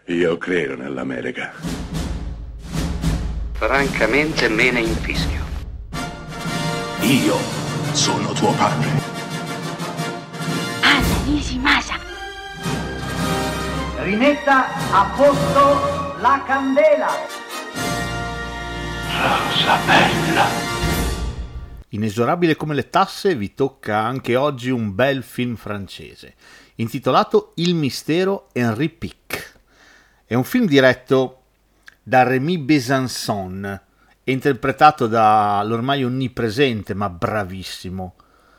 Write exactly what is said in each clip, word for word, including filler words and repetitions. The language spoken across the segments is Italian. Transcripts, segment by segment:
Io credo nell'America. Francamente me ne infischio. Io sono tuo padre. Anna Nishimasa. Rimetta a posto la candela. Rosa bella. Inesorabile come le tasse, vi tocca anche oggi un bel film francese, intitolato Il mistero Henri Pic. È un film diretto da Rémy Besançon e interpretato dall'ormai onnipresente ma bravissimo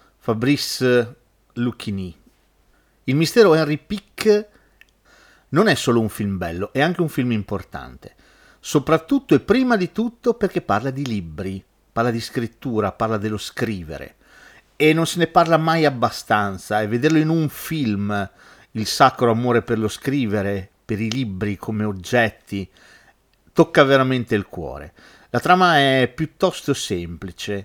Fabrice Lucchini. Il mistero Henri Pic non è solo un film bello, è anche un film importante, soprattutto e prima di tutto perché parla di libri, parla di scrittura, parla dello scrivere e non se ne parla mai abbastanza, e vederlo in un film, il sacro amore per lo scrivere, per i libri come oggetti, tocca veramente il cuore. La trama è piuttosto semplice.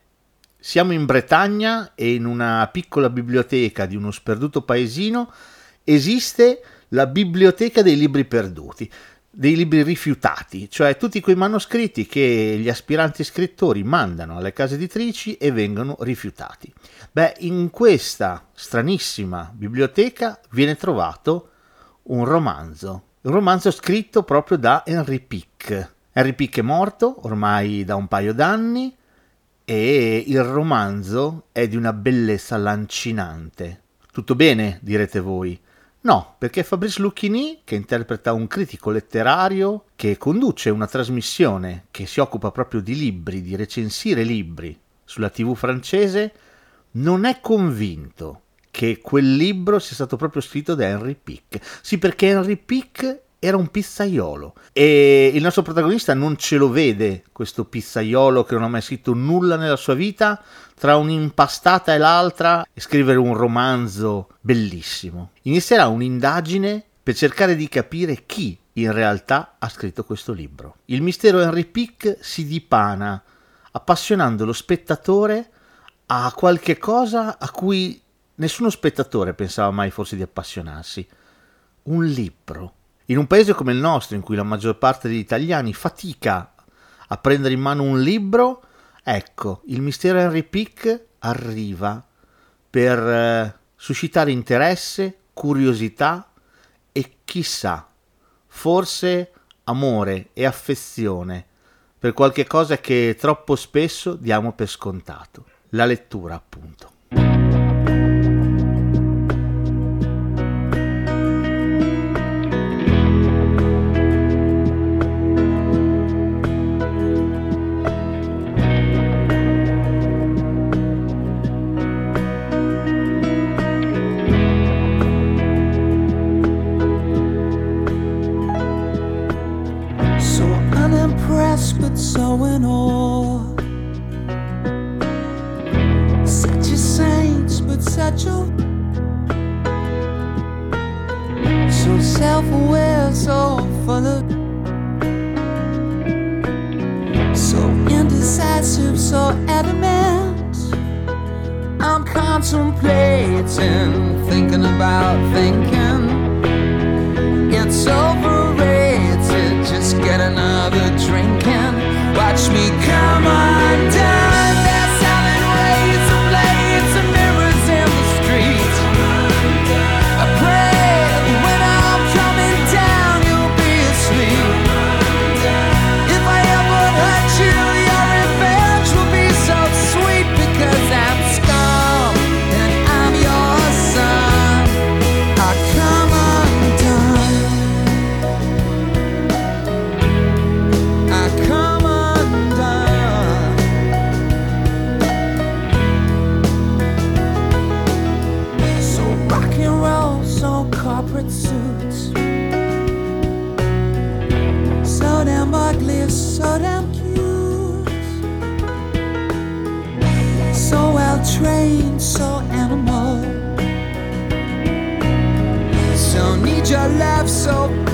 Siamo in Bretagna e in una piccola biblioteca di uno sperduto paesino esiste la biblioteca dei libri perduti, dei libri rifiutati, cioè tutti quei manoscritti che gli aspiranti scrittori mandano alle case editrici e vengono rifiutati. Beh, in questa stranissima biblioteca viene trovato un romanzo, un romanzo scritto proprio da Henri Pic. Henri Pic è morto ormai da un paio d'anni e il romanzo è di una bellezza lancinante. Tutto bene, direte voi? No, perché Fabrice Lucchini, che interpreta un critico letterario, che conduce una trasmissione che si occupa proprio di libri, di recensire libri sulla tivù francese, non è convinto che quel libro sia stato proprio scritto da Henri Pic. Sì, perché Henri Pic era un pizzaiolo e il nostro protagonista non ce lo vede, questo pizzaiolo che non ha mai scritto nulla nella sua vita, tra un'impastata e l'altra e scrivere un romanzo bellissimo. Inizierà un'indagine per cercare di capire chi in realtà ha scritto questo libro. Il mistero Henri Pic si dipana appassionando lo spettatore a qualche cosa a cui nessuno spettatore pensava mai forse di appassionarsi. Un libro. In un paese come il nostro, in cui la maggior parte degli italiani fatica a prendere in mano un libro, ecco, il mistero Henri Pic arriva per eh, suscitare interesse, curiosità e chissà, forse amore e affezione per qualche cosa che troppo spesso diamo per scontato. La lettura, appunto. But so in awe, such a saint, but such a so self-aware, so full of, so indecisive, so adamant. I'm contemplating, thinking about thinking. It's overrated, just get another drink and watch me come undone. There's silent ways of blades and mirrors in the street. I pray when I'm coming down you'll be asleep. If I ever hurt you, your revenge will be so sweet, because I'm scum and I'm your son. I come undone. I come undone. So rock and roll, so corporate suits, so damn ugly, so damn cute, so well trained, so animal, so need your love, so